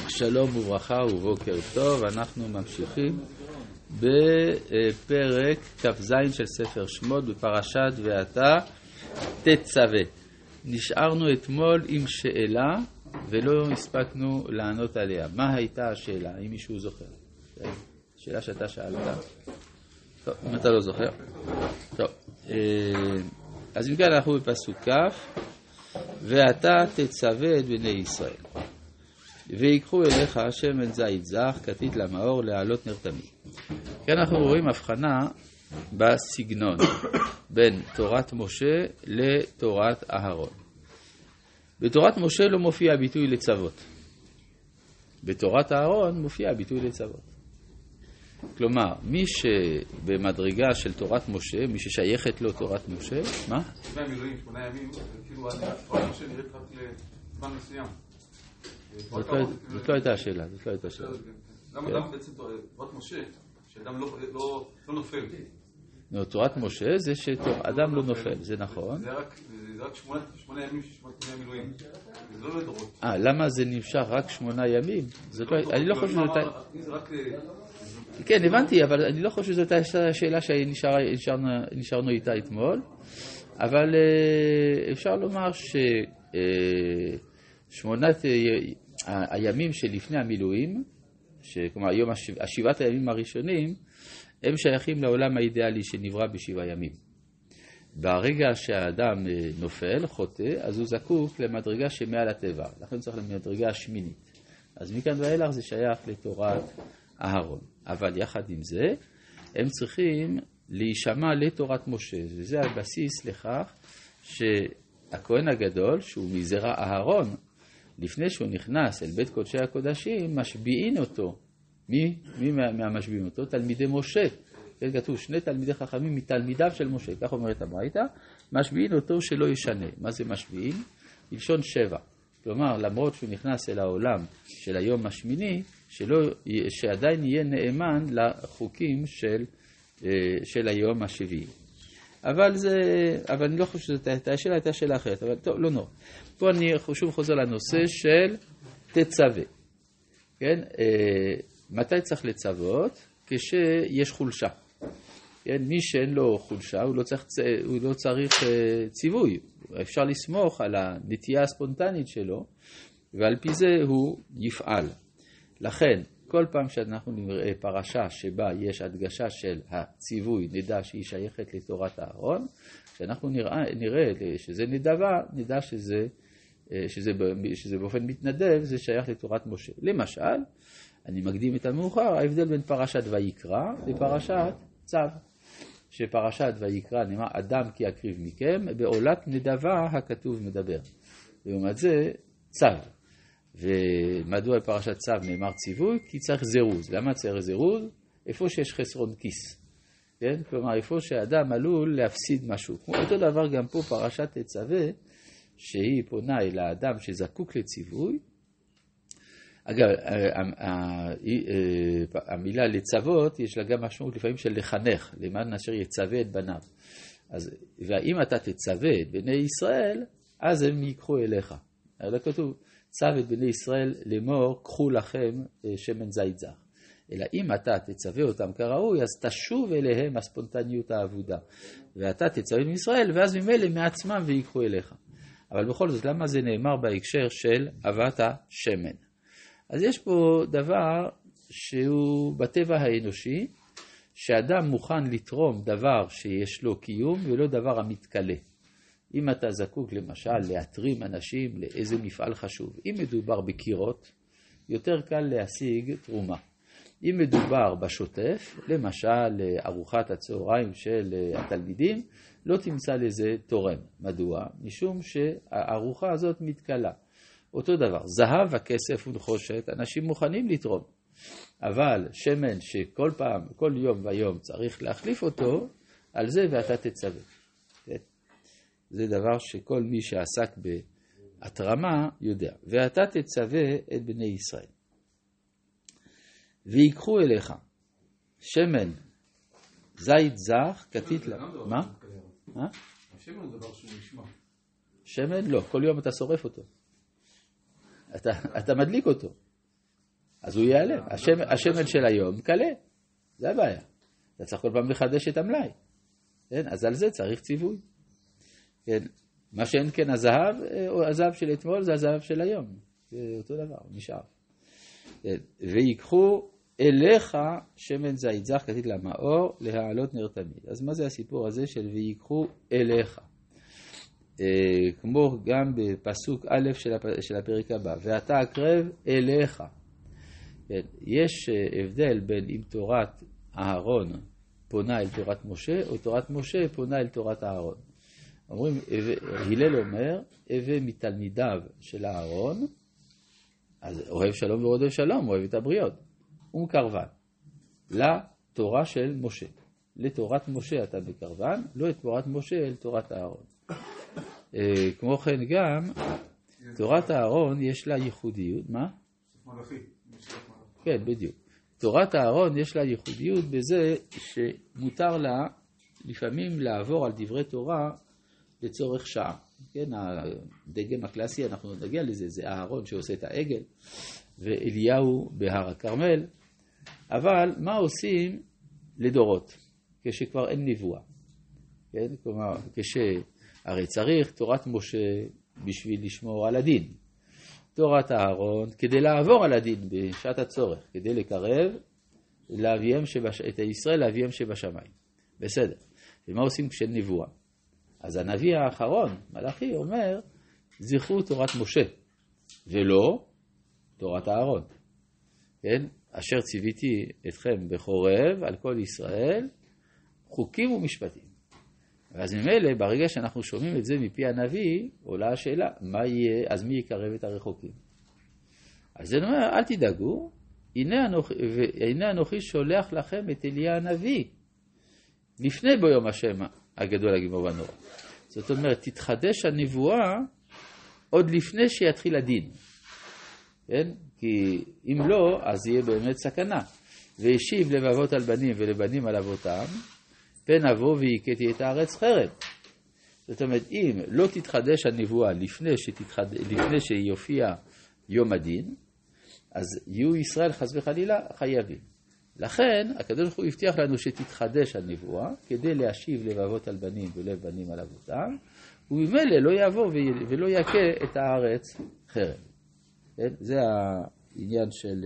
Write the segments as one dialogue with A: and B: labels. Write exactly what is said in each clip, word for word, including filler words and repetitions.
A: שלום וברכה ובוקר טוב, אנחנו ממשיכים בפרק כ"ז של ספר שמות בפרשת ואתה תצווה. נשארנו אתמול עם שאלה ולא הספקנו לענות עליה. מה הייתה השאלה? אם מישהו זוכר. שאלה שאתה שאלת. טוב, אם אתה לא זוכר. טוב, אז מכאן אנחנו בפסוק כ' ואתה תצווה את בני ישראל. ויקחו אליך שמן זית זך, כתית למאור, להעלות נר תמיד. כאן אנחנו רואים הבחנה בסגנון בין תורת משה לתורת אהרון. בתורת משה לא מופיע ביטוי לצוות. בתורת אהרון מופיע ביטוי לצוות. כלומר, מי שבמדרגה של תורת משה, מי ששייכת לו תורת משה, מה?
B: שמונה מילואים, שמונה ימים, כאילו תורת משה נראית רק לזמן מסוים.
A: זאת לא הייתה השאלה, זאת לא הייתה השאלה.
B: למה בעצם תורת משה, שאדם לא נופל?
A: תורת משה זה שאדם לא נופל, זה נכון.
B: זה רק שמונה ימים, שמונה מילואים. זה לא לדורות.
A: אה, למה זה נמשך רק שמונה ימים? אני לא חושב שזאת... כן, הבנתי, אבל אני לא חושב שזאת השאלה שנשארנו איתה אתמול. אבל אפשר לומר ש... שמונת הימים שלפני המילואים, כלומר יום השבעת הימים הראשונים, הם שייכים לעולם האידיאלי שנברא בשבעה ימים. ברגע שהאדם נופל, חוטא, אז הוא זקוק למדרגה שמעל הטבע, לכן צריך למדרגה השמינית. אז מכאן ואילך זה שייך לתורת אהרון. אבל יחד עם זה, הם צריכים להישמע לתורת משה, וזה הבסיס לכך שהכהן הגדול, שהוא מזרע אהרון, לפני שהוא נכנס אל בית קודשי הקודשים, משביעים אותו. מי? מי מהמשביעים אותו? תלמידי משה. כן, כתוב, שני תלמידי חכמים מתלמידיו של משה. כך אומרת הברייתא, משביעים אותו שלא ישנה. מה זה משביעים? בלשון שבע. כלומר, למרות שהוא נכנס אל העולם של היום השמיני, שלא, שעדיין יהיה נאמן לחוקים של, של היום השביעי. אבל זה, אבל אני לא חושב שזאת הייתה שאלה, הייתה שאלה אחרת, אבל טוב, לא נורא. פה אני שוב חוזר לנושא של תצווה. כן? מתי צריך לצוות? כשיש חולשה. כן? מי שאין לו חולשה, הוא לא צריך, הוא לא צריך ציווי. אפשר לסמוך על הנטייה הספונטנית שלו, ועל פי זה הוא יפעל. לכן, כל פעם שאנחנו נראה פרשה שבה יש הדגשה של הציווי, נדע שהיא שייכת לתורת אהרון, כשאנחנו נראה, נראה שזה נדבה, נדע שזה, שזה, שזה באופן מתנדב, זה שייך לתורת משה. למשל, אני מקדים את המאוחר, ההבדל בין פרשת ויקרא לפרשת צו. שפרשת ויקרא נאמר, אדם כי יקריב מכם, בעולת נדבה הכתוב מדבר. לעומת זה, צו. ומדוע בפרשת צו נאמר ציווי? כי צריך זירוז. למה צריך זירוז? איפה שיש חסרון כיס. כן? כלומר, איפה שהאדם עלול להפסיד משהו. כמו אותו דבר גם פה פרשת תצווה, שהיא פונה אל האדם שזקוק לציווי. אגב, המילה לצוות יש לה גם משמעות לפעמים של לחנך, למען אשר יצווה את בניו. אז, ואם אתה תצווה את בני ישראל, אז הם ייקחו אליך. הרי כתוב, צו את בני ישראל לאמור, קחו לכם שמן זית זך. אלא אם אתה תצווה אותם כראוי, אז תשוב אליהם הספונטניות העבודה. ואתה תצווה עם ישראל, ואז ממילא מעצמם ויקחו אליך. אבל בכל זאת, למה זה נאמר בהקשר של אהבת השמן? אז יש פה דבר שהוא בטבע האנושי, שאדם מוכן לתרום דבר שיש לו קיום ולא דבר המתקלה. אם אתה זקוק למשל להתרים אנשים לאיזה מפעל חשוב, אם מדובר בקירות, יותר קל להשיג תרומה. אם מדובר בשוטף, למשל ארוחת הצהריים של התלמידים, לא תמצא לזה תורם. מדוע? משום שהארוחה הזאת מתקלה. אותו דבר, זהב, הכסף ונחושת, אנשים מוכנים לתרום. אבל שמן שכל פעם, כל יום ויום צריך להחליף אותו, על זה ואתה תצווה. זה דבר שכל מי שעסק בהתרמה יודע. ואתה תצווה את בני ישראל. ויקחו אליך שמן, זית זך, כתית לה. מה?
B: השמן זה דבר שהוא נשמע.
A: שמן? לא, כל יום אתה שורף אותו. אתה, אתה מדליק אותו. אז הוא ייעלם. השמן של היום קלה, זה הבעיה. אתה צריך כל פעם לחדש את המלאי. כן? אז על זה צריך ציווי. כן? מה שאין כן הזהב, או הזהב של אתמול זה הזהב של היום. זה אותו דבר, נשאר. כן? ויקחו אליך שמן זית זך, כתית למאור, להעלות נר תמיד. אז מה זה הסיפור הזה של ויקחו אליך? כמו גם בפסוק א' של הפרק הבא, ואתה הקרב אליך. כן? יש הבדל בין אם תורת אהרון פונה אל תורת משה, או תורת משה פונה אל תורת אהרון. אומרים, הלל אומר, הווה מתלמידיו של אהרון, אז אוהב שלום ורודף שלום, אוהב את הבריות. ומקרבן, לתורה של משה. לתורת משה אתה בקרבן, לא את תורת משה אל תורת אהרון. כמו כן גם, תורת אהרון יש לה ייחודיות, מה? כן, בדיוק. תורת אהרון יש לה ייחודיות בזה שמותר לה לפעמים לעבור על דברי תורה לצורך שעה. כן, הדגם הקלאסי, אנחנו נגיע לזה, זה אהרון שעושה את העגל, ואליהו בהר הכרמל. אבל מה עושים לדורות, כשכבר אין נבואה? כן, כלומר, כשהרי צריך תורת משה בשביל לשמור על הדין. תורת אהרון כדי לעבור על הדין בשעת הצורך, כדי לקרב לאביהם שבש... את ישראל לאביהם שבשמיים. בסדר. ומה עושים כשאין נבואה? אז הנביא האחרון, מלאכי, אומר, זכרו תורת משה, ולא תורת אהרון. כן? אשר ציוויתי אתכם בחורב על כל ישראל, חוקים ומשפטים. ואז ממילא, ברגע שאנחנו שומעים את זה מפי הנביא, עולה השאלה, מה יהיה, אז מי יקרב את הרחוקים? אז זה אומר, אל תדאגו, הנה אנוכי, והנה אנוכי שולח לכם את אליה הנביא, לפני ביום השם הגדול הגימור והנורא. זאת אומרת, תתחדש הנבואה עוד לפני שיתחיל הדין. כן? כי אם לא, אז יהיה באמת סכנה. והשיב לבבות על בנים ולבנים על אבותם, פן אבוא והכיתי את הארץ חרב. זאת אומרת, אם לא תתחדש הנבואה לפני, שתתחד... לפני שיופיע יום הדין, אז יהיו ישראל חס וחלילה חייבים. לכן, הקדוש ברוך הוא הבטיח לנו שתתחדש הנבואה, כדי להשיב לבבות על בנים ולב בנים על אבותם, וממילא לא יבוא ולא יכה את הארץ חרב. זה העניין של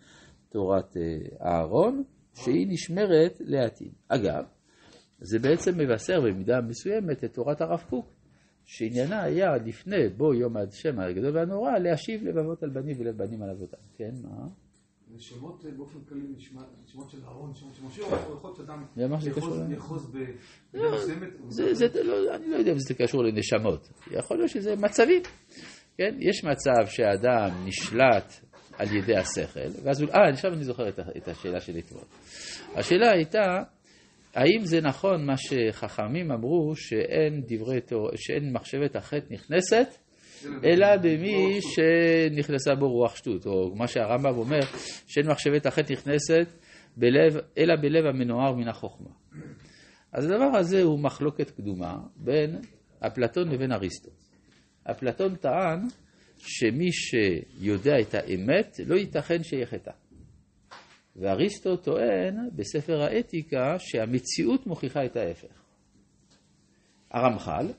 A: תורת אהרון, שהיא נשמרת לעתיד. אגב, זה בעצם מבשר במידה מסוימת את תורת הרב קוק, שעניינה היה לפני בו יום השם הגדול והנורא, להשיב לבבות על בנים ולב בנים על אבותם. כן, מה?
B: שמות באופן כללי שמות של אהרון, שמות של משה, או יכול להיות שאדם יחוז במידה מסוימת?
A: אני לא יודע אם זה קשור לנשמות. יכול להיות שזה מצבים. כן? יש מצב שהאדם נשלט על ידי השכל, ואז הוא... אה, עכשיו אני זוכר את השאלה של אתמול. השאלה הייתה, האם זה נכון מה שחכמים אמרו, שאין דברי תורה, שאין מחשבת החטא נכנסת, אלא במי שנכנסה בו רוח שטות, או מה שהרמב"ם אומר, שאין מחשבת החטא נכנסת, בלב, אלא בלב המנוער מן החוכמה. אז הדבר הזה הוא מחלוקת קדומה בין אפלטון לבין אריסטו. אפלטון טען שמי שיודע את האמת לא ייתכן שיחטא. ואריסטו טוען בספר האתיקה שהמציאות מוכיחה את ההפך. הרמח"ל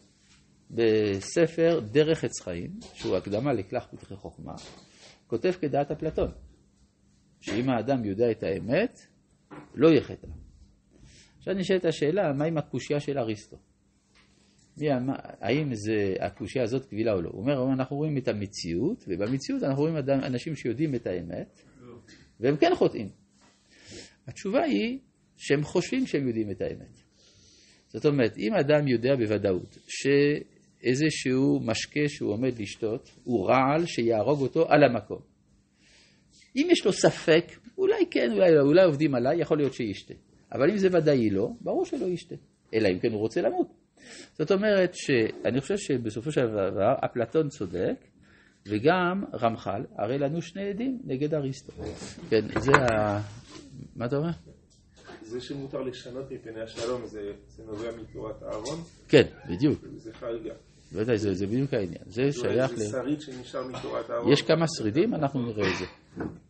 A: בספר דרך עץ חיים, שהוא הקדמה לכרך פתחי חוכמה, כותב כדעת אפלטון, שאם האדם יודע את האמת, לא יחטא. עכשיו נשאלת השאלה, מה עם הקושיה של אריסטו? האם זה, הקושיה הזאת קבילה או לא? הוא אומר, אנחנו רואים את המציאות, ובמציאות אנחנו רואים אנשים שיודעים את האמת, והם כן חוטאים. התשובה היא שהם חושבים שהם יודעים את האמת. זאת אומרת, אם אדם יודע בוודאות שאיזשהו משקה שהוא עומד לשתות, הוא רעל שיהרוג אותו על המקום. אם יש לו ספק, אולי כן, אולי לא, אולי עובדים עליי, יכול להיות שישתה. אבל אם זה ודאי לא, ברור שלא ישתה. אלא אם כן הוא רוצה למות. זאת אומרת שאני חושב שבסופו של דבר אפלטון צודק, וגם רמח"ל, הרי לנו שני עדים נגד אריסטו. כן, זה ה... מה אתה אומר?
C: זה שמותר לשנות מפני השלום, זה, זה נובע מתורת אהרון?
A: כן, בדיוק.
C: זה חריגה.
A: בוודאי, זה, זה בדיוק העניין. זה שייך
C: ל... זה שריד שנשאר מתורת אהרון.
A: יש כמה שרידים, אנחנו נראה את זה.